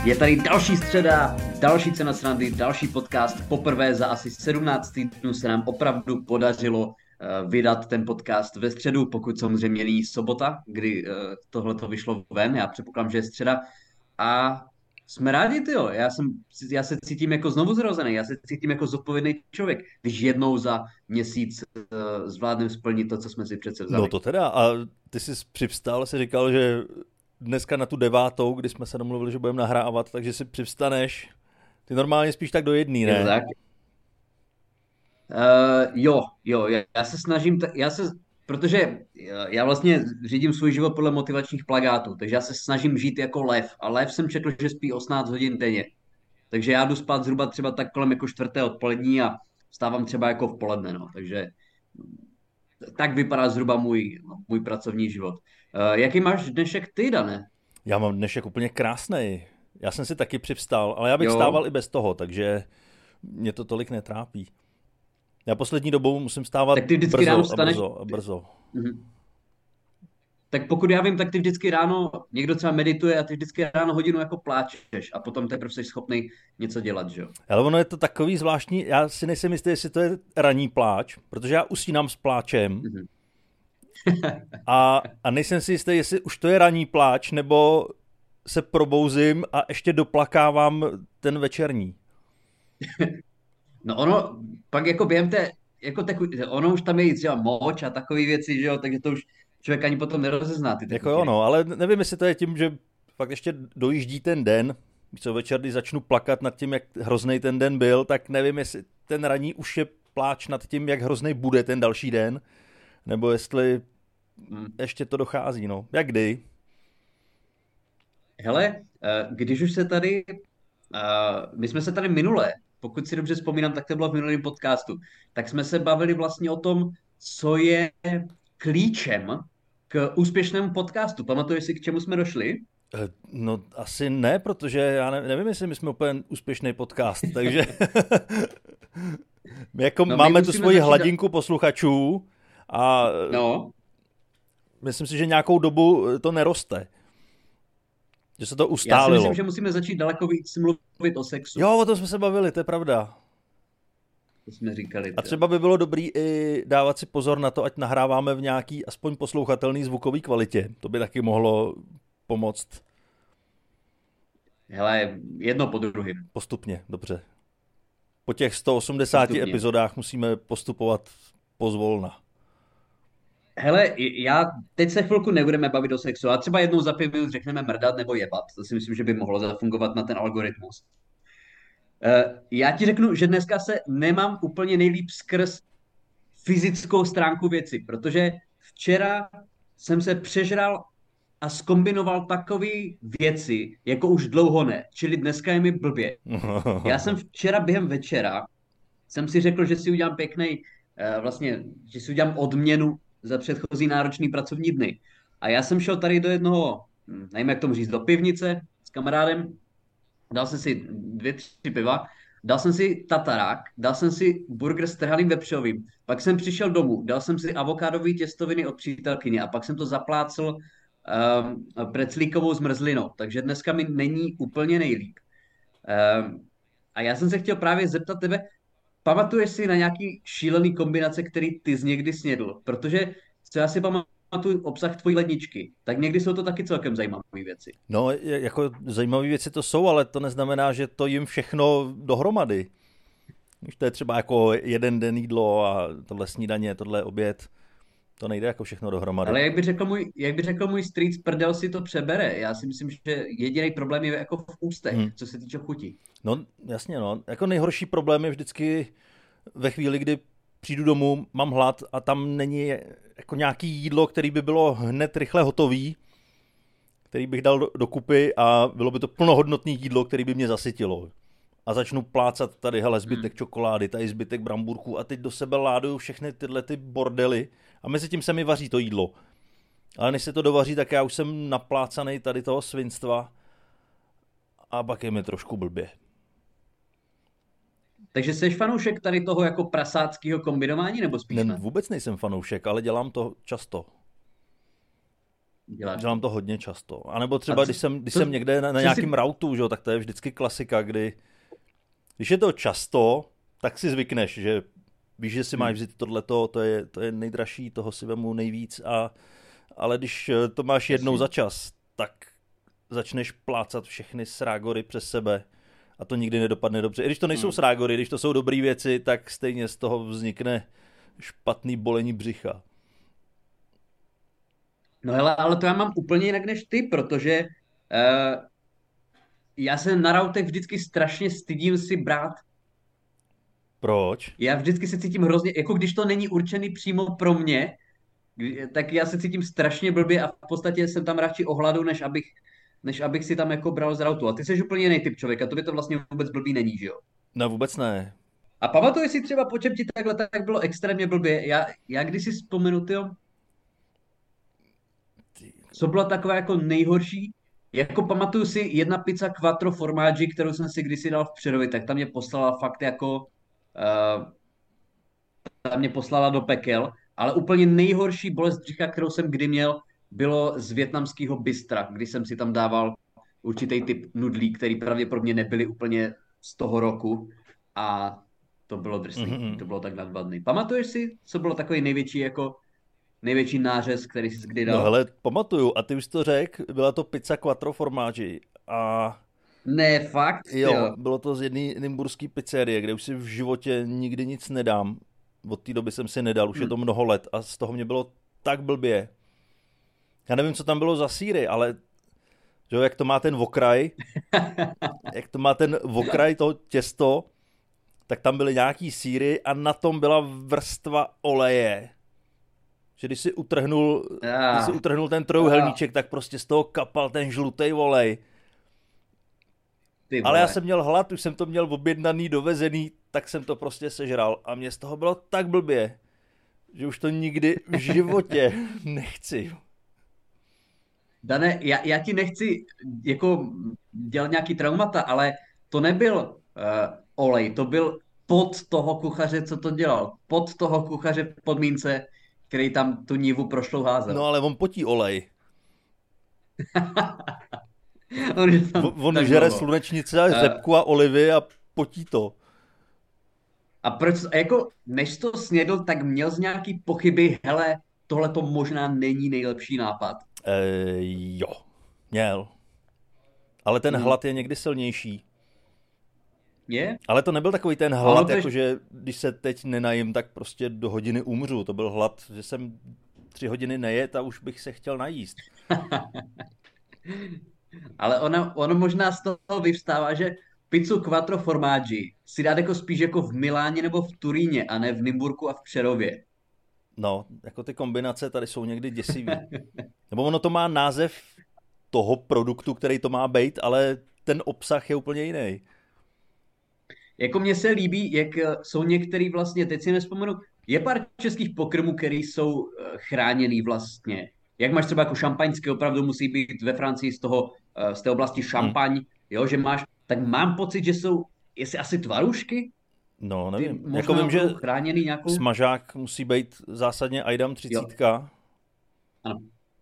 Je tady další středa, další cena srandy, další podcast. Poprvé za asi 17 týdnů se nám opravdu podařilo vydat ten podcast ve středu, pokud samozřejmě není sobota, kdy tohle to vyšlo ven. Já předpokládám, že je středa. A jsme rádi, tyjo. Já se cítím jako znovu zrozený, já se cítím jako zodpovědný člověk, když jednou za měsíc zvládneme splnit to, co jsme si přece No vzali. to teda, a ty jsi přivstal, jsi říkal, že dneska na tu 9., kdy jsme se domluvili, že budeme nahrávat, takže si přivstaneš. Ty normálně spíš tak do jedný, Je to ne? tak? Jo, já se snažím, protože já vlastně řídím svůj život podle motivačních plakátů, takže já se snažím žít jako lev. A lev jsem četl, že spí 18 hodin denně. Takže já jdu spát zhruba třeba tak kolem jako 4. odpolední a vstávám třeba jako v poledne, no. Takže tak vypadá zhruba můj pracovní život. Jaký máš dnešek ty, Dané? Já mám dnešek úplně krásnej. Já jsem si taky přivstal, ale já bych Jo, stával i bez toho, takže mě to tolik netrápí. Já poslední dobou musím stávat tak ty vždycky ráno brzo a vstaneš. brzo a brzo. Mhm. Tak pokud já vím, tak ty vždycky ráno, někdo třeba medituje a ty vždycky ráno hodinu jako pláčeš a potom teprve jsi schopný něco dělat, že jo? Ale ono je to takový zvláštní, já si nejsem jistý, jestli to je ranní pláč, protože já usínám s pláčem Mhm. a nejsem si jistý, jestli už to je ranní pláč, nebo se probouzím a ještě doplakávám ten večerní. No ono, pak jako během té, jako ono už tam je třeba moč a takové věci, že jo, takže to už člověk ani potom nerozezná ty Jako jo, tekutiny. no, ale nevím, jestli to je tím, že fakt ještě dojíždí ten den, víš co, večer, když začnu plakat nad tím, jak hrozný ten den byl, tak nevím, jestli ten ranní už je pláč nad tím, jak hrozný bude ten další den, nebo jestli Mm. ještě to dochází, no. Jak kdy? Hele, když už se tady, my jsme se tady minule, pokud si dobře vzpomínám, tak to bylo v minulém podcastu, tak jsme se bavili vlastně o tom, co je klíčem k úspěšnému podcastu. Pamatuješ si, k čemu jsme došli? No asi ne, protože já nevím, jestli my jsme úplně úspěšný podcast, takže my jako No, my máme tu musíme svoji začít. hladinku posluchačů a No, myslím si, že nějakou dobu to neroste. Že se to já si ustálilo. myslím, že musíme začít daleko víc mluvit o sexu. Jo, o tom jsme se bavili, to je pravda. To jsme říkali. A třeba by bylo dobrý i dávat si pozor na to, ať nahráváme v nějaký aspoň poslouchatelný zvukový kvalitě. To by taky mohlo pomoct Hele, jedno po druhém. postupně, dobře. Po těch 180 Postupně. epizodách musíme postupovat pozvolna. Hele, já teď se chvilku nebudeme bavit o sexu, a třeba jednou za 5 minut řekneme mrdat nebo jebat. To si myslím, že by mohlo zafungovat na ten algoritmus. Já ti řeknu, že dneska se nemám úplně nejlíp skrz fyzickou stránku věci, protože včera jsem se přežral a zkombinoval takové věci, jako už dlouho ne. Čili dneska je mi blbě. Já jsem včera během večera jsem si řekl, že si udělám pěkný, vlastně, že si udělám odměnu za předchozí náročný pracovní dny. A já jsem šel tady do jednoho, nevím jak tomu říct, do pivnice s kamarádem, dal jsem si 2, 3 piva, dal jsem si tatarák, dal jsem si burger s trhaným vepřovým, pak jsem přišel domů, dal jsem si avokádové těstoviny od přítelkyně a pak jsem to zaplácl preclíkovou zmrzlinou. Takže dneska mi není úplně nejlíp. A já jsem se chtěl právě zeptat tebe, pamatuješ si na nějaký šílený kombinace, který ty jsi někdy snědl? Protože co já si pamatuju obsah tvojí ledničky, tak někdy jsou to taky celkem zajímavé věci. No, jako zajímavé věci to jsou, ale to neznamená, že to jim všechno dohromady. Když to je třeba jako jeden den jídlo a tohle snídaně, tohle oběd, to nejde jako všechno dohromady. Ale jak by řekl můj street, prdel si to přebere. Já si myslím, že jediný problém je jako v ústech, Hmm. co se týče chuti. No, jasně, no. Jako nejhorší problém je vždycky ve chvíli, kdy přijdu domů, mám hlad a tam není jako nějaký jídlo, který by bylo hned rychle hotový, který bych dal do kupy a bylo by to plnohodnotné jídlo, který by mě zasytilo. A začnu plácat tady, hele, zbytek čokolády, tady zbytek bramburků a teď do sebe láduju všechny tyhle ty bordely a mezi tím se mi vaří to jídlo. Ale než se to dovaří, tak já už jsem naplácanej tady toho svinstva a pak je mi trošku blbě. Takže jsi fanoušek tady toho jako prasáckého kombinování, nebo spíš ne? Vůbec nejsem fanoušek, ale dělám to často. děláš Dělám to. to hodně často. A nebo A třeba, když co, jsem někde na co nějakým si... routu, že, tak to je vždycky klasika, kdy když je to často, tak si zvykneš, že víš, že si máš Hmm, vzít tohleto, to je nejdražší, toho si vemu nejvíc, ale když to máš jednou jasně. za čas, tak začneš plácat všechny srágory přes sebe a to nikdy nedopadne dobře. I když to nejsou Hmm. srágory, když to jsou dobré věci, tak stejně z toho vznikne špatný bolení břicha. No hele, ale to já mám úplně jinak než ty, protože já se na rautech vždycky strašně stydím si brát. Proč? Já vždycky se cítím hrozně, jako když to není určený přímo pro mě, tak já se cítím strašně blbě a v podstatě jsem tam radši ohladu, než abych si tam jako bral z rautu. A ty jsi úplně jiný typ člověka, to by to vlastně vůbec blbý není, že jo? No vůbec ne. A pamatuješ si třeba, po čem ti takhle tak bylo extrémně blbě? Já když si vzpomenu, tyjo, Ty. co bylo takové jako nejhorší, jako pamatuju si jedna pizza quattro formaggi, kterou jsem si kdysi dal v Přerově, tak tam mě poslala fakt jako, uh, tam mě poslala do pekel, ale úplně nejhorší bolest břicha, kterou jsem kdy měl, bylo z vietnamského bystra, kdy jsem si tam dával určitý typ nudlí, který pravděpodobně nebyly úplně z toho roku a to bylo drsný, Mhm. to bylo tak nadvadný. Pamatuješ si, co bylo takový největší jako největší nářez, který jsi kdy No dal? hele, pamatuju, a ty už to řekl, byla to pizza quattro formaggi a Ne, fakt, jo, jo. bylo to z jedné nymburské pizzerie, kde už si v životě nikdy nic nedám. Od té doby jsem si nedal, už je Hm. to mnoho let a z toho mě bylo tak blbě. Já nevím, co tam bylo za sýry, ale že jo, jak to má ten okraj, jak to má ten okraj, to těsto, tak tam byly nějaký sýry a na tom byla vrstva oleje. Že když si Ah, utrhnul ten ah, trojuhelníček, tak prostě z toho kapal ten žlutý olej. ty Ale já vole. jsem měl hlad, už jsem to měl objednaný, dovezený, tak jsem to prostě sežral. A mě z toho bylo tak blbě, že už to nikdy v životě nechci. Dane, já ti nechci jako dělat nějaký traumata, ale to nebyl olej, to byl pod toho kuchaře, co to dělal. Pod toho kuchaře v podmínce, který tam tu nívu prošlou No házel. ale on potí olej. On je tam On tak žere dlouho. slunečnice a Eh, řepku a olivy a potí to. a proč, jako než jsi to snědl, tak měl z nějaký pochyby, hele, tohle to možná není nejlepší nápad. Jo, měl. Ale ten Mhm. hlad je někdy silnější. Je? Ale to nebyl takový ten A ono hlad, to ještě, jakože když se teď nenajím, tak prostě do hodiny umřu. To byl hlad, že jsem 3 hodiny nejet a už bych se chtěl najíst. ale ono možná z toho vyvstává, že pizzu quattro formaggi si dát jako spíš jako v Miláně nebo v Turíně a ne v Nymburku a v Přerově. No, jako ty kombinace tady jsou někdy děsivý. Nebo ono to má název toho produktu, který to má být, ale ten obsah je úplně jiný. Jako mně se líbí, jak jsou některý vlastně, teď si nespomenu, je pár českých pokrmů, které jsou chráněný vlastně. Jak máš třeba jako šampaňské, opravdu musí být ve Francii z té oblasti Hm. šampaň, jo, že máš, tak mám pocit, že jsou, jestli asi tvarušky, No, ty nevím. Jako možná vím, že budou chráněný nějakou, smažák musí být zásadně Aidam jo, 30. ano.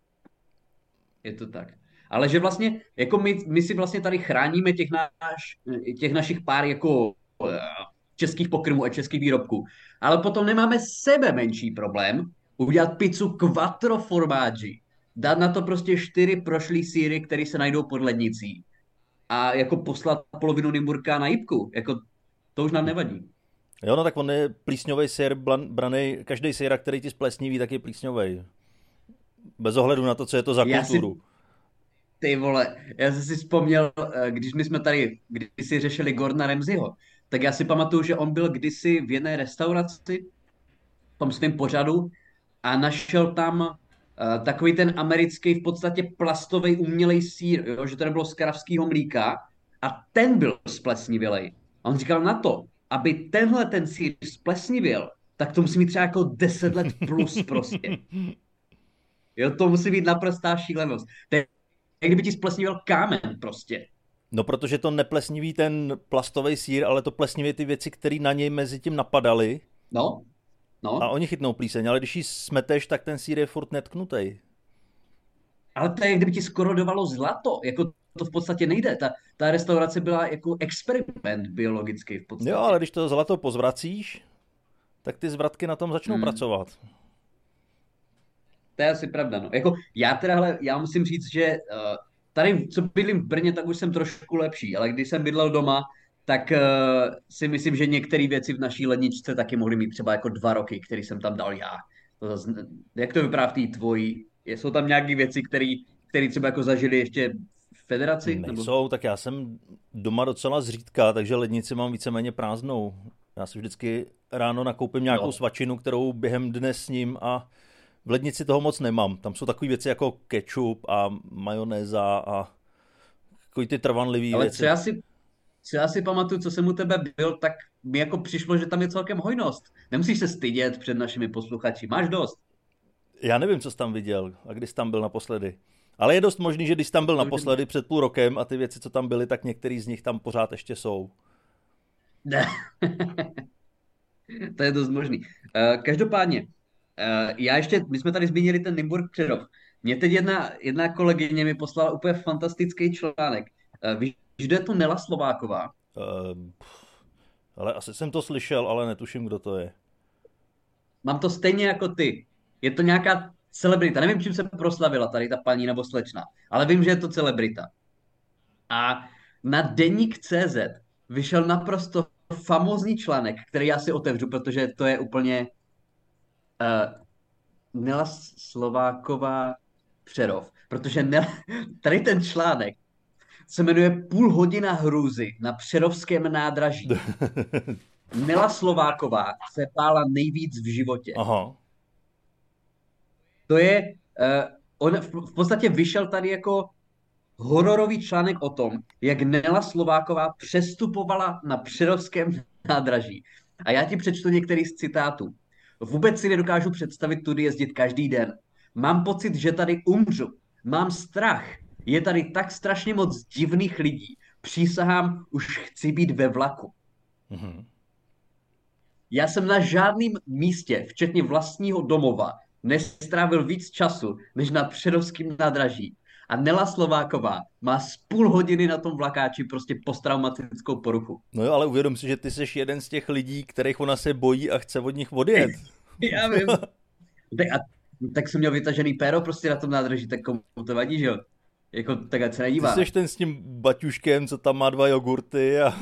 Je to tak. Ale že vlastně, jako my si vlastně tady chráníme těch našich pár jako českých pokrmů a českých výrobků. Ale potom nemáme sebe menší problém udělat pizzu quattro formaggi. Dát na to prostě 4 prošlý sýry, které se najdou pod lednicí. A jako poslat polovinu Nymburka na jipku. Jako, to už nám nevadí. Jo, no tak on je plísňový syr branej, každý syr, který ti splesniví, tak je plísňový. Bez ohledu na to, co je to za Já si, kulturu. ty vole, já jsem si vzpomněl, když my jsme tady kdysi řešili Gordona Ramsayho, tak já si pamatuju, že on byl kdysi v jedné restauraci, v tom svém pořadu, a našel tam takový ten americký v podstatě plastový umělej sýr, jo? Že to nebylo z kravského mlíka a ten byl splesnivělej. A on říkal na to, aby tenhle ten sýr splesnivěl, tak to musí mít třeba jako 10 let plus prostě. Jo, to musí být naprostá šílenost. To je, jak kdyby ti splesnivěl kámen prostě. No, protože to neplesniví ten plastový sír, ale to plesniví ty věci, které na něj mezi tím napadaly No, a no. oni chytnou plíseň, ale když ji smeteš, tak ten sír je furt netknutý. Ale to je, kdyby ti skoro dovalo zlato. Jako to v podstatě nejde. Ta restaurace byla jako experiment biologický v Jo, podstatě. ale když to zlato pozvracíš, tak ty zvratky na tom začnou Hmm. pracovat. To je asi pravda, no. Jako já teda, hele, já musím říct, že tady, co bydlím v Brně, tak už jsem trošku lepší, ale když jsem bydlel doma, tak si myslím, že některé věci v naší ledničce taky mohly mít třeba jako 2 roky, který jsem tam dal já. To zase, jak to vypadá v té tvojí? Jsou tam nějaké věci, které třeba jako zažili ještě v federaci? Nebo... Nejsou, tak já jsem doma docela zřídka, takže lednici mám víceméně prázdnou. Já si vždycky ráno nakoupím nějakou Jo. svačinu, kterou během dne sním a v lednici toho moc nemám. Tam jsou takové věci jako ketchup a majonéza a takový ty trvanlivý Ale věci. co já si pamatuju, co jsem u tebe byl, tak mi jako přišlo, že tam je celkem hojnost. Nemusíš se stydět před našimi posluchači, máš dost. Já nevím, co jsi tam viděl a kdy jsi tam byl naposledy. Ale je dost možný, že když jsi tam byl To už naposledy před půl rokem a ty věci, co tam byly, tak některý z nich tam pořád ještě jsou. ne. To je dost možný. Každopádně, já ještě, my jsme tady zmínili ten Nymburk Přerov. Mě teď jedna kolegyně mi poslala úplně fantastický článek. Víš, kdo je to Nela Slováková? Uh, ale asi jsem to slyšel, ale netuším, kdo to je. Mám to stejně jako ty. Je to nějaká celebrita. Nevím, čím se proslavila tady ta paní nebo slečna, ale vím, že je to celebrita. A na Deník.cz vyšel naprosto famózní článek, který já si otevřu, protože to je úplně Nela Slováková Přerov. Protože tady ten článek se jmenuje Půl hodina hrůzy na Přerovském nádraží. Nela Slováková se bála nejvíc v životě. Aha. To je, on v podstatě vyšel tady jako hororový článek o tom, jak Nela Slováková přestupovala na Přerovském nádraží. A já ti přečtu některý z citátů. Vůbec si nedokážu představit tudy jezdit každý den. Mám pocit, že tady umřu. Mám strach. Je tady tak strašně moc divných lidí. Přísahám, už chci být ve vlaku. Mhm. Já jsem na žádném místě, včetně vlastního domova, nestrávil víc času, než na Přerovském nádraží. A Nela Slováková má z půl hodiny na tom vlakáči prostě posttraumatickou poruchu. No jo, ale uvědom si, že ty jsi jeden z těch lidí, kterých ona se bojí a chce od nich odjet. Já vím. Tak jsem měl vytažený péro prostě na tom nádraží, tak komu to vadí, že jo? Jako, tak ať se Ty nedívá. jsi ten s tím baťuškem, co tam má 2 jogurty a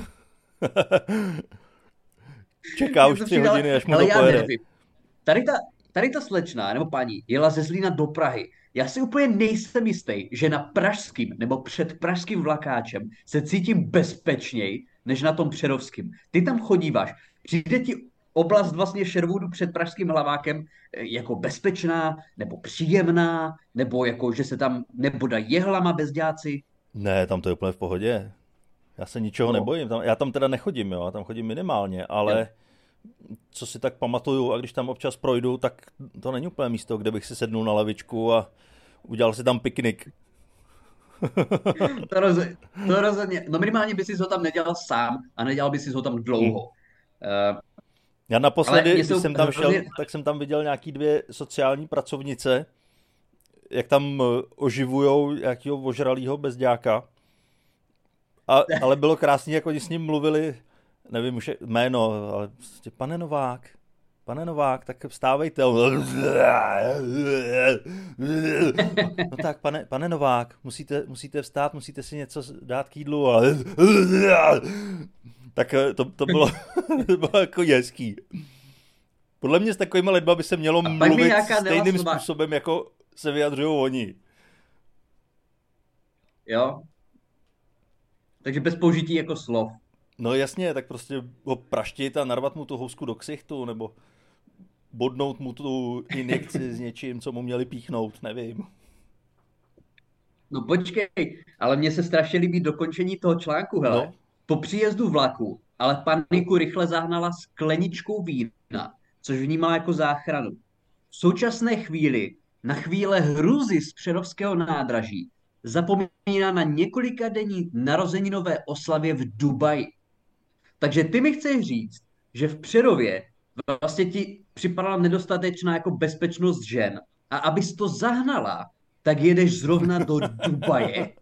čeká Mně už to 3 přijde, hodiny, až mu ale to já pojede. nevím. Tady ta, tady ta slečna, nebo paní, jela ze Zlína do Prahy. Já si úplně nejsem jistý, že na pražským nebo před pražským vlakáčem se cítím bezpečněji, než na tom přerovským. Ty tam chodíváš, přijde ti oblast vlastně Sherwoodu před pražským hlavákem jako bezpečná, nebo příjemná, nebo jako, že se tam nebodají jehlama bezďáci. Ne, tam to je úplně v pohodě. Já se ničeho No, nebojím. Já tam teda nechodím, jo, já tam chodím minimálně, jo. ale co si tak pamatuju a když tam občas projdu, tak to není úplně místo, kde bych si sednul na lavičku a udělal si tam piknik. To rozhodně, no minimálně by si ho tam nedělal sám a nedělal by si ho tam Hm. dlouho. Eh, Já ale naposledy, mě když jsou jsem tam šel, hrozně, tak jsem tam viděl nějaký 2 sociální pracovnice, jak tam oživujou nějakého ožralýho bezďáka. Ale bylo krásně, jak oni s ním mluvili, nevím už jméno, ale prostě pane Novák, tak vstávejte. No tak, pane Novák, musíte vstát, musíte si něco dát k jídlu. Tak to bylo, to bylo jako hezký. Podle mě s takovými lidmi by se mělo a pak mi mluvit nějaká Nela stejným Slovák, způsobem, jako se vyjadřují oni. jo? Takže bez použití jako slov. No jasně, tak prostě ho praštit a narvat mu tu housku do ksichtu, nebo bodnout mu tu injekci s něčím, co mu měli píchnout, nevím. No počkej, ale mně se strašně líbí dokončení toho článku, hele. No, Po příjezdu vlaku, ale paniku rychle zahnala skleničkou vína, což vnímala jako záchranu. V současné chvíli, na chvíle hrůzy z Přerovského nádraží, zapomíná na několikadenní narozeninové oslavě v Dubaji. Takže ty mi chceš říct, že v Přerově vlastně ti připadala nedostatečná jako bezpečnost žen a abys to zahnala, tak jedeš zrovna do Dubaje,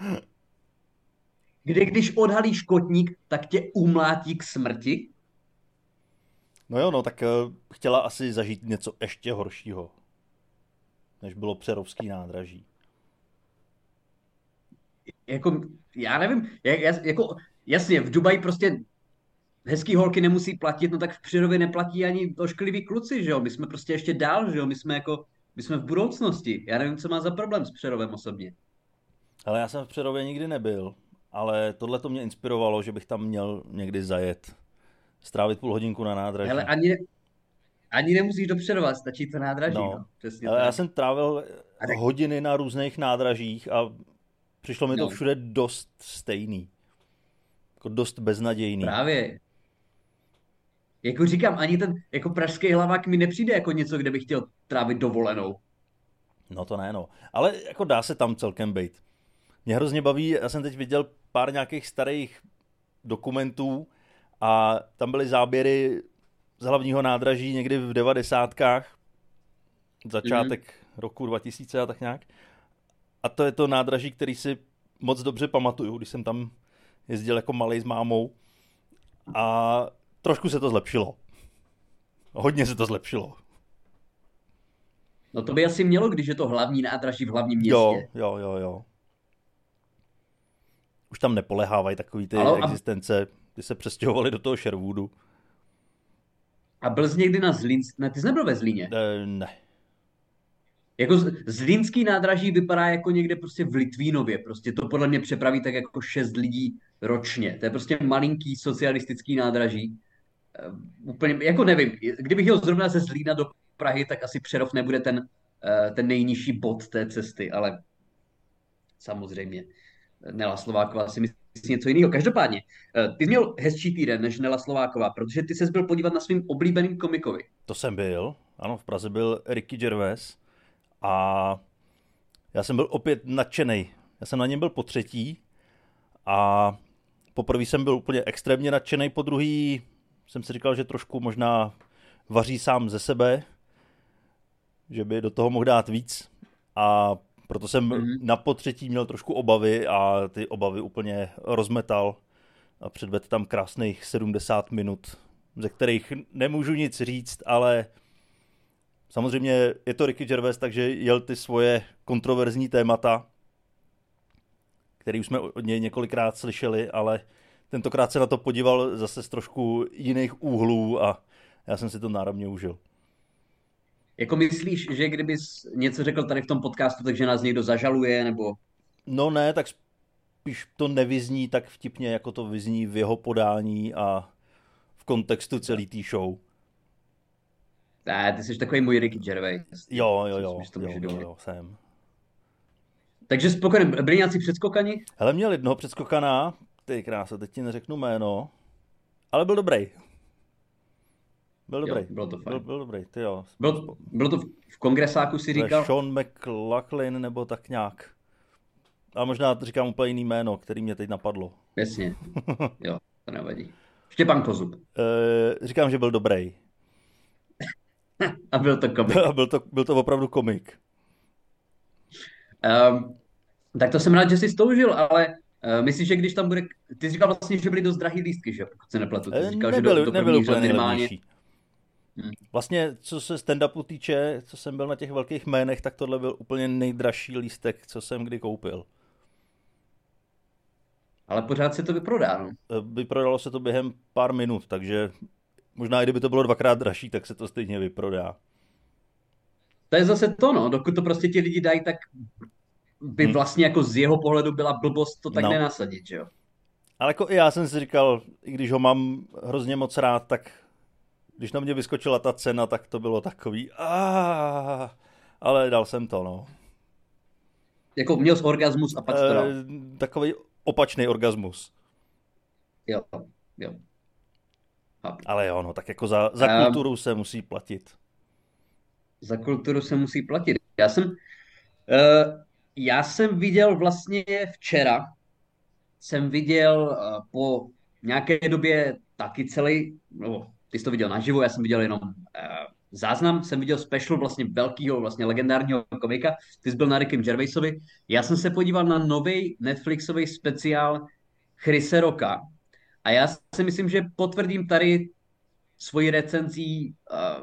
kde když odhalíš kotník, tak tě umlátí k smrti. No jo, no, tak chtěla asi zažít něco ještě horšího, než bylo Přerovský nádraží. Jako, já nevím, jako, jasně, v Dubaji prostě hezký holky nemusí platit, no tak v Přerově neplatí ani oškliví kluci, že jo? My jsme prostě ještě dál, že jo? My jsme v budoucnosti. Já nevím, co má za problém s Přerovem osobně. Ale já jsem v Přerově nikdy nebyl, ale tohle to mě inspirovalo, že bych tam měl někdy zajet. Strávit půl hodinku na nádraží. Hele, ani nemusíš do Přerova, stačí to nádraží, no. Přesně ale tak. já jsem trávil hodiny na různých nádražích a přišlo mi to všude dost stejný. Jako dost beznadějný. Právě. Jako říkám, ani ten jako pražský hlavák mi nepřijde jako něco, kde bych chtěl trávit dovolenou. No to ne, no. Ale jako dá se tam celkem bejt. Mě hrozně baví, já jsem teď viděl pár nějakých starých dokumentů a tam byly záběry z hlavního nádraží někdy v 90kách, začátek roku 2000 a tak nějak. A to je to nádraží, který si moc dobře pamatuju, když jsem tam jezdil jako malej s mámou. A trošku se to zlepšilo. Hodně se to zlepšilo. No to by asi mělo, když je to hlavní nádraží v hlavním městě. Jo. Už tam nepolehávají takový ty existence, ty se přestěhovali do toho Sherwoodu. A byl jsi někdy na Zlínsk? Ne, ty jsi nebyl ve Zlíně? Ne. Jako Zlínský nádraží vypadá jako někde prostě v Litvínově. Prostě to podle mě přepraví tak jako 6 lidí ročně. To je prostě malinký socialistický nádraží. Úplně, jako nevím, kdybych jel zrovna ze Zlína do Prahy, tak asi Přerov nebude ten nejnižší bod té cesty, ale samozřejmě Nela Slováková si myslí něco jiného. Každopádně, ty jsi měl hezčí týden než Nela Slováková, protože ty ses byl podívat na svým oblíbeným komikovi. To jsem byl, ano, v Praze byl Ricky Gervais a já jsem byl opět nadšenej. Já jsem na něm byl po třetí a poprvé jsem byl úplně extrémně nadšenej, po druhý jsem si říkal, že trošku možná vaří sám ze sebe, že by do toho mohl dát víc a proto jsem na potřetí měl trošku obavy a ty obavy úplně rozmetal a předvedl tam krásných 70 minut, ze kterých nemůžu nic říct, ale samozřejmě je to Ricky Gervais, takže jel ty svoje kontroverzní témata, které už jsme od něj několikrát slyšeli, ale tentokrát se na to podíval zase z trošku jiných úhlů a já jsem si to náramně užil. Jako myslíš, že kdybys něco řekl tady v tom podcastu, takže nás někdo zažaluje, nebo... No ne, tak spíš to nevyzní tak vtipně, jako to vyzní v jeho podání a v kontextu celý té show. Ty jsi takový můj Ricky Gervais. Jo, jsem. Takže spokojený, byli nějací předskokani? Hele, měl jednoho předskokaná, ty krása, teď ti neřeknu jméno, ale byl dobrý. Byl dobrý. Jo, bylo to fajn. Byl dobrý, ty jo. Bylo to v kongresáku, si říkal? Sean McLaughlin nebo tak nějak. A možná říkám úplně jiný jméno, který mě teď napadlo. Jasně. Jo, to nevadí. Štěpán Kozub. Říkám, že byl dobrý. A byl to komik. A byl to opravdu komik. Tak to jsem rád, že jsi toužil, ale myslíš, že když tam bude... Ty jsi říkal vlastně, že byly dost drahý lístky, že? Pokud se nepletu. Ty jsi říkal, že do první řady minimálně... Vlastně, co se stand-upu týče, co jsem byl na těch velkých jménech, tak tohle byl úplně nejdražší lístek, co jsem kdy koupil. Ale pořád se to vyprodá, no? Vyprodalo se to během pár minut, takže možná i kdyby to bylo dvakrát dražší, tak se to stejně vyprodá. To je zase to, no. Dokud to prostě ti lidi dají, tak by vlastně jako z jeho pohledu byla blbost to tak nenasadit, že jo? Ale jako i já jsem si říkal, i když ho mám hrozně moc rád, tak když na mě vyskočila ta cena, tak to bylo takový ale dal jsem to, no. Jako měl jsi orgasmus a pak to dal. Takový opačný orgasmus. Jo. Ale jo, no tak jako za kulturu se musí platit. Za kulturu se musí platit. Já jsem viděl vlastně včera, po nějaké době taky celý, no, ty jsi to viděl naživo, já jsem viděl jenom záznam, jsem viděl special vlastně velkýho, vlastně legendárního komika, ty jsi byl na Rickem Gervaisovi. Já jsem se podíval na nový Netflixový speciál Chrise Rocka a já si myslím, že potvrdím tady svoji recenzí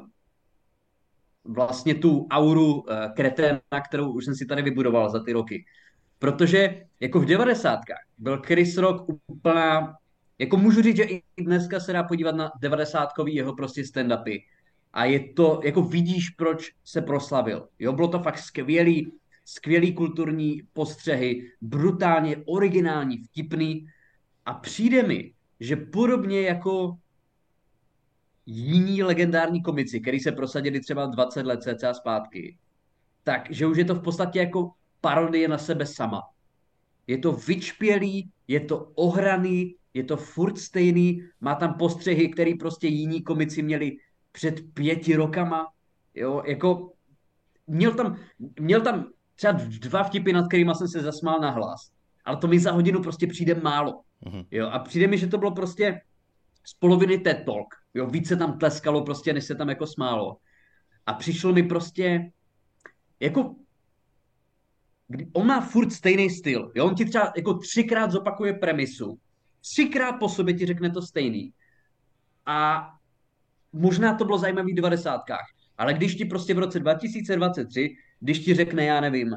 vlastně tu auru kreténa, kterou už jsem si tady vybudoval za ty roky. Protože jako v devadesátkách byl Chris Rock úplná, jako můžu říct, že i dneska se dá podívat na devadesátkový jeho prostě stand-upy a je to, jako vidíš, proč se proslavil. Jo, bylo to fakt skvělý kulturní postřehy, brutálně originální, vtipný a přijde mi, že podobně jako jiní legendární komici, který se prosadili třeba 20 let cca zpátky, takže už je to v podstatě jako parodie na sebe sama. Je to vyčpělý, je to ohraný, je to furt stejný, má tam postřehy, které prostě jiní komici měli před 5 rokama. Jo, jako měl tam třeba 2 vtipy, nad kterými jsem se zasmál na hlas. Ale to mi za hodinu prostě přijde málo. Mhm. Jo, a přijde mi, že to bylo prostě z poloviny TED Talk. Jo, víc se tam tleskalo prostě, než se tam jako smálo. A přišlo mi prostě, jako on má furt stejný styl. Jo? On ti třeba jako 3krát zopakuje premisu. 3krát po sobě ti řekne to stejný. A možná to bylo zajímavé v 90. Ale když ti prostě v roce 2023, když ti řekne, já nevím,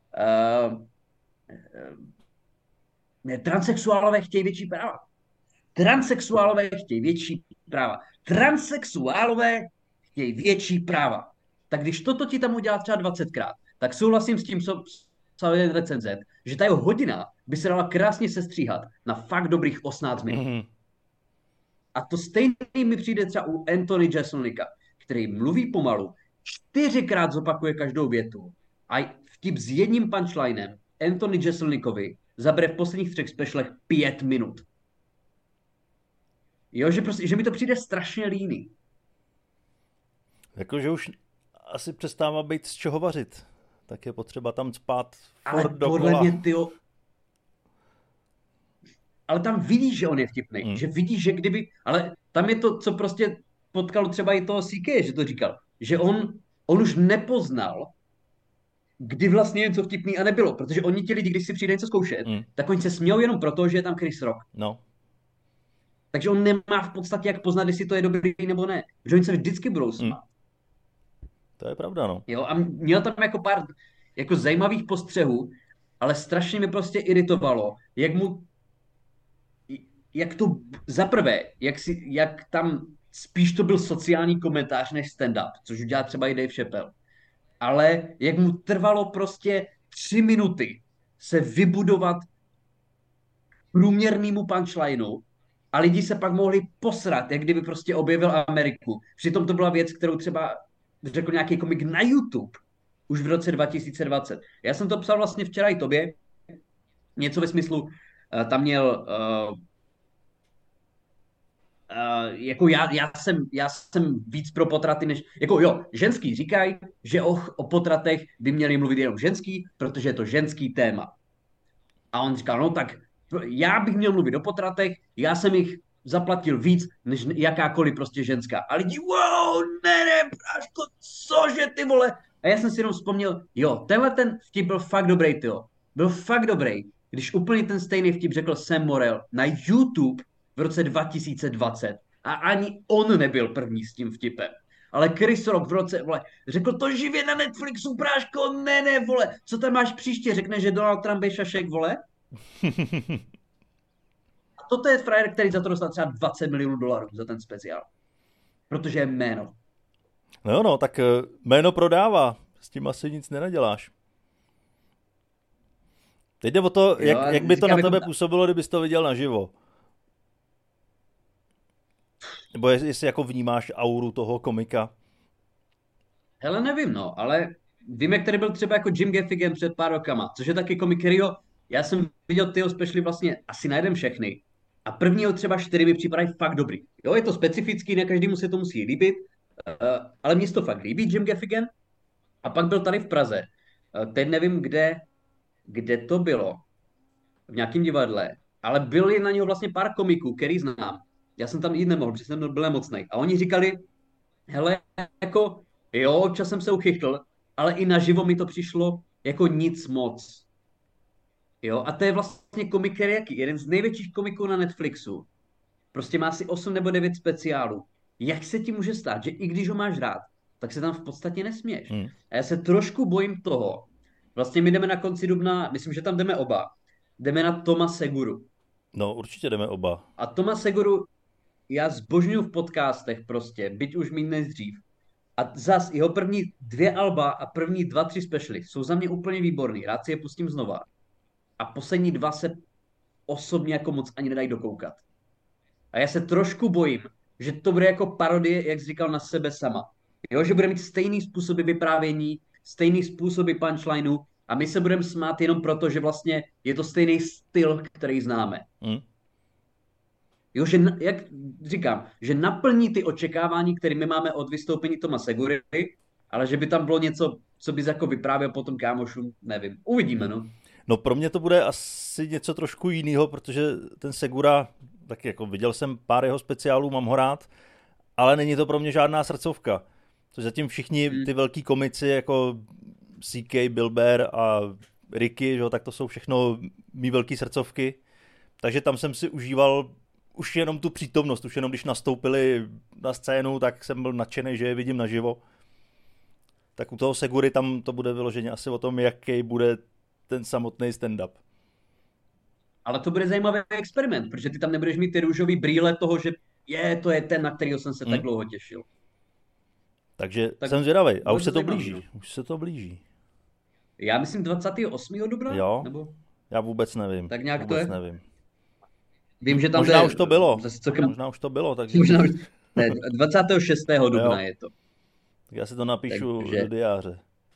ne, transsexuálové chtějí větší práva. Transsexuálové chtějí větší práva. Transsexuálové chtějí větší práva. Tak když toto ti tam udělá třeba 20krát, tak souhlasím s tím, co psal jeden recenzent, že ta jeho hodina by se dala krásně sestříhat na fakt dobrých 18 minut. Mhm. A to stejný mi přijde třeba u Anthony Jeselnika, který mluví pomalu, 4krát zopakuje každou větu a vtip s jedním punchlinem Anthony Jeselnikovi zabere v posledních 3 specialech 5 minut. Jo, že, prostě, že mi to přijde strašně líný. Jakože už asi přestává být z čeho vařit. Tak je potřeba tam spát Ale furt podle dokola. mě, tyjo, ale tam vidíš, že on je vtipný, Hmm. že vidíš, že kdyby, ale tam je to, co prostě potkalo třeba i toho CK, že to říkal, že on už nepoznal, kdy vlastně něco vtipný a nebylo, protože oni ti lidi, když si přijde něco zkoušet, Hmm. tak oni se smějou jenom proto, že je tam Chris Rock. No. Takže on nemá v podstatě jak poznat, jestli to je dobrý nebo ne. Protože oni se vždycky budou smát. To je pravda, no. Jo, a měl tam jako pár jako zajímavých postřehů, ale strašně mi prostě iritovalo, jak to zaprvé, jak tam spíš to byl sociální komentář než stand-up, což udělá třeba i Dave Chappelle. Ale jak mu trvalo prostě 3 minuty se vybudovat průměrnému punchlineu a lidi se pak mohli posrat, jak kdyby prostě objevil Ameriku. Přitom to byla věc, kterou třeba řekl nějaký komik na YouTube už v roce 2020. Já jsem to psal vlastně včera i tobě, něco ve smyslu, tam měl jako já jsem víc pro potraty, než, jako jo, ženský říkají, že o potratech by měli mluvit jenom ženský, protože je to ženský téma. A on říkal, no tak já bych měl mluvit o potratech, já jsem jich zaplatil víc, než jakákoliv prostě ženská. A lidi, wow, ne, práško, cože ty vole? A já jsem si jenom vzpomněl, jo, tenhle ten vtip byl fakt dobrý, tyjo. Byl fakt dobrý, když úplně ten stejný vtip řekl Sam Morril na YouTube v roce 2020. A ani on nebyl první s tím vtipem. Ale Chris Rock v roce, vole, řekl to živě na Netflixu, práško, ne, vole, co tam máš příště, řekne, že Donald Trump je šašek, vole? A toto je frajer, který za to dostal třeba 20 milionů dolarů za ten speciál. Protože je jméno. No, tak jméno prodává. S tím asi nic nenaděláš. Teď jde o to, Jo, jak by to na říkám, tebe jako- působilo, kdybys to viděl naživo. Nebo jestli jako vnímáš auru toho komika. Hele, nevím, no, ale vím, jak tady byl třeba jako Jim Gaffigan před pár rokama, což je taky komik, kterýho já jsem viděl tyho specially vlastně asi najdem všechny. A prvního třeba 4 mi připadají fakt dobrý. Jo, je to specifický, ne každému se to musí líbit, ale mně se to fakt líbí, Jim Gaffigan. A pak byl tady v Praze. Teď nevím, kde to bylo, v nějakém divadle, ale byli na něho vlastně pár komiků, který znám. Já jsem tam jít nemohl, protože jsem byl nemocný. A oni říkali, Hele, jako, jo, občas jsem se uchytl, ale i naživo mi to přišlo jako nic moc. Jo, a to je vlastně komik jaký? Jeden z největších komiků na Netflixu. Prostě má asi 8 nebo 9 speciálů. Jak se ti může stát, že i když ho máš rád, tak se tam v podstatě nesměješ. Hmm. A já se trošku bojím toho. Vlastně my jdeme na konci dubna, myslím, že tam jdeme oba. Jdeme na Toma Seguru. No, určitě jdeme oba. A Toma Seguru já zbožňuju v podcastech prostě, byť už méně než dřív. A zas jeho první 2 alba a první 2, 3 specialy jsou za mě úplně výborný. Rád si je pustím znova. A poslední 2 se osobně jako moc ani nedají dokoukat. A já se trošku bojím, že to bude jako parodie, jak jsi říkal, na sebe sama. Jo, že bude mít stejný způsoby vyprávění, stejný způsoby punchlineu a my se budeme smát jenom proto, že vlastně je to stejný styl, který známe. Hmm. Jo, že, jak říkám, že naplní ty očekávání, které my máme od vystoupení Toma Segury, ale že by tam bylo něco, co bys jako vyprávěl potom kámošům, nevím. Uvidíme, Hmm. no. No pro mě to bude asi něco trošku jiného, protože ten Segura, tak jako viděl jsem pár jeho speciálů, mám ho rád, ale není to pro mě žádná srdcovka. Což zatím všichni ty velký komici jako CK, Bill Burr a Ricky, že, tak to jsou všechno mý velký srdcovky. Takže tam jsem si užíval už jenom tu přítomnost, už jenom když nastoupili na scénu, tak jsem byl nadšený, že je vidím naživo. Tak u toho Segury tam to bude vyloženě asi o tom, jaký bude ten samotný stand-up. Ale to bude zajímavý experiment, protože ty tam nebudeš mít ty růžový brýle toho, že to je ten, na kterého jsem se tak dlouho těšil. Takže Tak jsem zvědavý. A bude už se to zajímavý, blíží. no. Už se to blíží. Já myslím 28. dubna? Jo, Nebo já vůbec nevím. tak nějak Vůbec to je? nevím. Vím, že tam Možná jde už to bylo. zase celkem, Možná už to bylo, takže možná už, ne, 26. dubna Jo. je to. tak já si to napíšu Takže do diáře.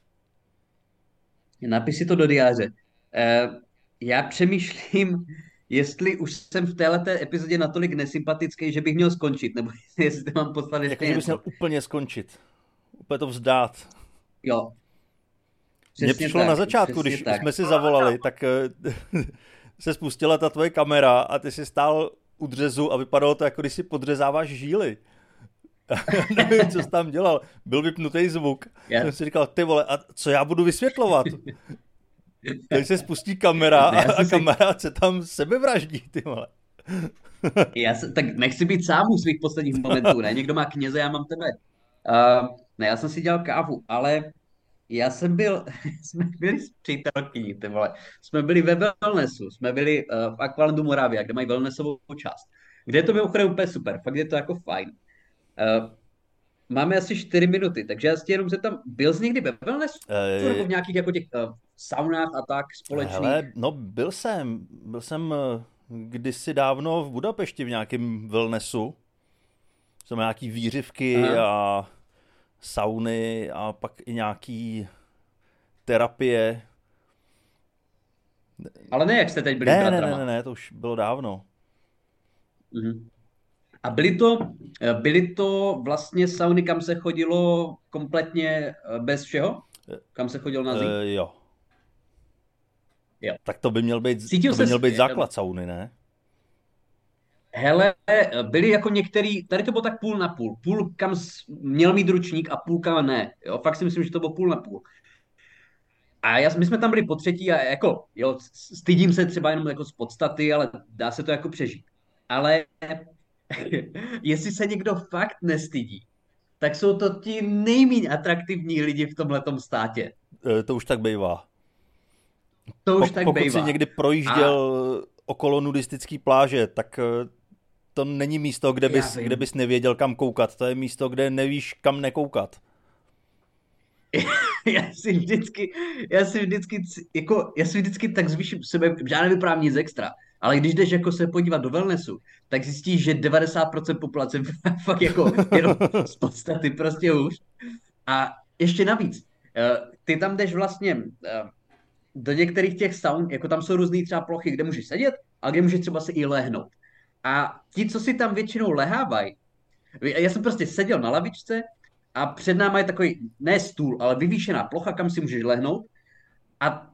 napis si to do diáře. Já přemýšlím, jestli už jsem v téhleté epizodě natolik nesympatický, že bych měl skončit, nebo jestli mám poslat ještě Jakože bys měl něco. úplně skončit. Úplně to vzdát. Jo, Mně přesně přišlo tak, na začátku, přesně když tak. jsme si zavolali, tak se spustila ta tvoje kamera a ty si stál u dřezu a vypadalo to, jako když si podřezáváš žíly. Nevím, co jsi tam dělal. Byl vypnutý zvuk. Já, Jsem si říkal, ty vole, a co já budu vysvětlovat? Tady se spustí kamera ne, já a jsem si, kamarád se tam sebevraždí, ty vole. tak nechci být sám u svých posledních momentů, ne? Někdo má kněze, já mám tebe. Ne, já jsem si dělal kávu, ale já jsem byl, jsme byli s přítelkyní, ty vole. Jsme byli ve wellnessu, jsme byli v Aqualandu Moravia, kde mají wellnessovou část. Kde je to mimochodem úplně super, fakt je to jako fajn. Uh, máme asi 4 minuty, takže já si jenom zeptám, byl jsi někdy ve wellnessu nebo v nějakých jako těch saunách a tak společných? Hele, no byl jsem kdysi dávno v Budapešti v nějakém wellnessu. Jsou nějaký výřivky Aha. a sauny a pak i nějaký terapie. Ale ne, jak jste teď byli s Ne, bratrama. ne, to už bylo dávno. Mhm. A byly to vlastně sauny, kam se chodilo kompletně bez všeho? Kam se chodilo na zí? Jo. Jo. Tak to by měl být, Cítil to by se, měl být základ sauny, ne? hele, byli jako některý, tady to bylo tak půl na půl. Půl, kam měl mít ručník a půl, kam ne. Jo, fakt si myslím, že to bylo půl na půl. A my jsme tam byli po třetí a jako, jo, stydím se třeba jenom jako z podstaty, ale dá se to jako přežít. Ale jestli se někdo fakt nestydí, tak jsou to ti nejméně atraktivní lidi v tomhletom státě. To už tak bývá. To už tak Pokud si bývá. někdy A projížděl okolo nudistický pláže, tak to není místo, kde já bys, kde vím. bys nevěděl, kam koukat. To je místo, kde nevíš, kam nekoukat. Já si vždycky tak zvýším sebe, žádný vyprávám nic extra, ale když jdeš jako se podívat do wellnessu, tak zjistíš, že 90% populace fakt jako jenom z podstaty prostě už. A ještě navíc, ty tam jdeš vlastně do některých těch saun, jako tam jsou různý třeba plochy, kde můžeš sedět a kde můžeš třeba se i lehnout. A ti, co si tam většinou lehávají, já jsem prostě seděl na lavičce a před náma je takový, ne stůl, ale vyvýšená plocha, kam si můžeš lehnout. A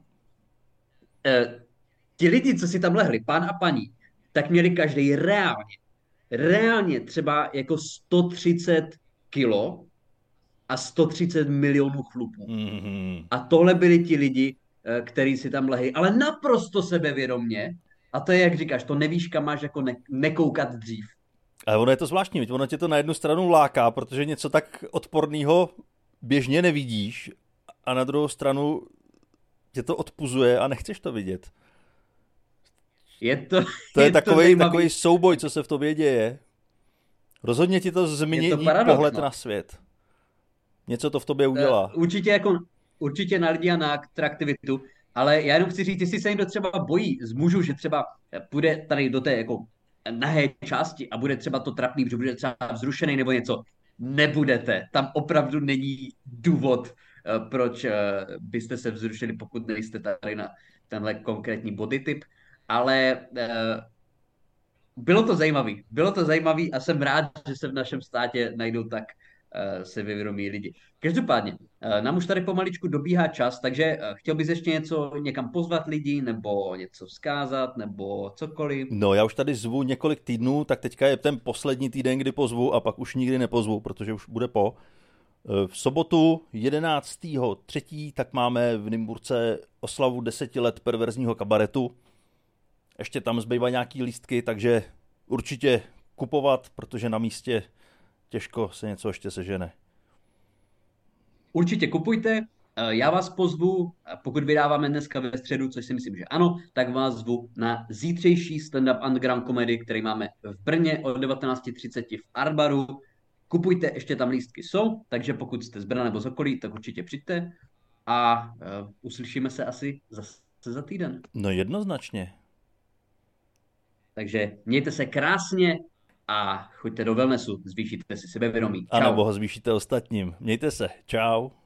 ti lidi, co si tam lehli, pán a paní, tak měli každý reálně třeba jako 130 kilo a 130 milionů chlupů. Mm-hmm. A tohle byli ti lidi, kteří si tam lehají, ale naprosto sebevědomně. A to je, jak říkáš, to nevíš, kam máš jako nekoukat dřív. Ale ono je to zvláštní, veď ono tě to na jednu stranu láká, protože něco tak odporného běžně nevidíš a na druhou stranu tě to odpuzuje a nechceš to vidět. Je to, To je to takový souboj, co se v tobě děje. Rozhodně ti to změní pohled na svět. Něco to v tobě udělá. Určitě na lidi a na atraktivitu, ale já jenom chci říct, jestli se někdo třeba bojí z mužů, že třeba půjde tady do té jako nahé části a bude třeba to trapný, že bude třeba vzrušený nebo něco, nebudete. Tam opravdu není důvod, proč byste se vzrušili, pokud nejste tady na tenhle konkrétní body typ, ale bylo to zajímavý a jsem rád, že se v našem státě najdou tak sebevědomí lidi. Každopádně, nám už tady pomaličku dobíhá čas, takže chtěl bys ještě něco někam pozvat lidi, nebo něco vzkázat, nebo cokoliv? No, já už tady zvu několik týdnů, tak teďka je ten poslední týden, kdy pozvu a pak už nikdy nepozvu, protože už bude po. V sobotu 11.3. tak máme v Nymburce oslavu 10 let perverzního kabaretu. Ještě tam zbývají nějaký lístky, takže určitě kupovat, protože na místě těžko se něco ještě sežene. Určitě kupujte, já vás pozvu, pokud vydáváme dneska ve středu, což si myslím, že ano, tak vás zvu na zítřejší stand-up underground komedy, který máme v Brně o 19.30 v Arbaru. Kupujte, ještě tam lístky jsou, takže pokud jste z Brna nebo z okolí, tak určitě přijďte a uslyšíme se asi zase za týden. No jednoznačně. Takže mějte se krásně a choďte do wellnessu, zvýšíte si sebevědomí. A Čau. nebo ho zvýšíte ostatním. Mějte se. Čau.